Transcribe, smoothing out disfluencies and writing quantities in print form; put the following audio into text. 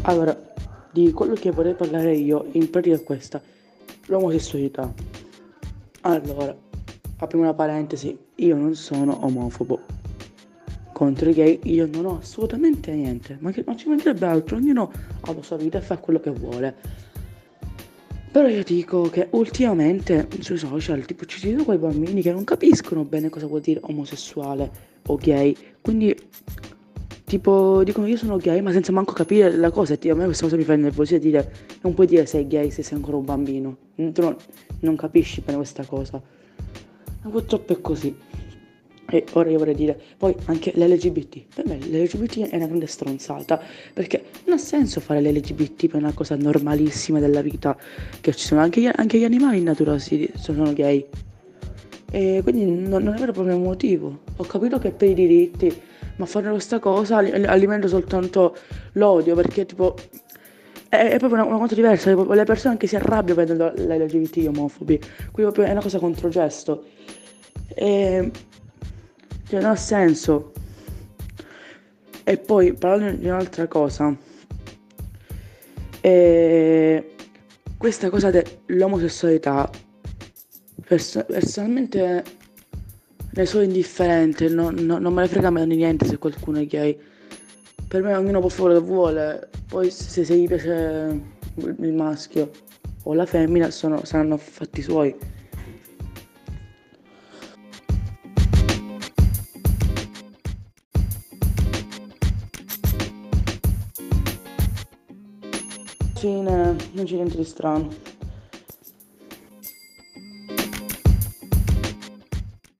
Allora, di quello che vorrei parlare io in pratica è questa, l'omosessualità. Allora, apriamo una parentesi, io non sono omofobo. Contro i gay io non ho assolutamente niente, ma ci mancherebbe altro, ognuno ha la sua vita e fa quello che vuole. Però io dico che ultimamente sui social tipo ci sono quei bambini che non capiscono bene cosa vuol dire omosessuale o gay, quindi tipo dicono io sono gay ma senza manco capire la cosa e a me questa cosa mi fa nervosire dire non puoi dire sei gay se sei ancora un bambino, tu non capisci bene questa cosa. Ma purtroppo è così. E ora io vorrei dire, poi anche l'LGBT, per me l'LGBT è una grande stronzata, perché non ha senso fare l'LGBT per una cosa normalissima della vita, che ci sono anche gli animali in natura sono gay, e quindi non è vero proprio un motivo. Ho capito che è per i diritti, ma fare questa cosa alimenta soltanto l'odio, perché tipo è proprio una cosa diversa, tipo, le persone anche si arrabbiano vedendo l'LGBT omofobi, quindi proprio è una cosa controgesto. E cioè, non ha senso. E poi, parlando di un'altra cosa, eh, questa cosa dell'omosessualità, personalmente ne sono indifferente, non me ne frega mai di niente se qualcuno è gay. Per me ognuno può fare quello che vuole, poi se gli piace il maschio o la femmina saranno fatti suoi. Fine, non c'è niente di strano.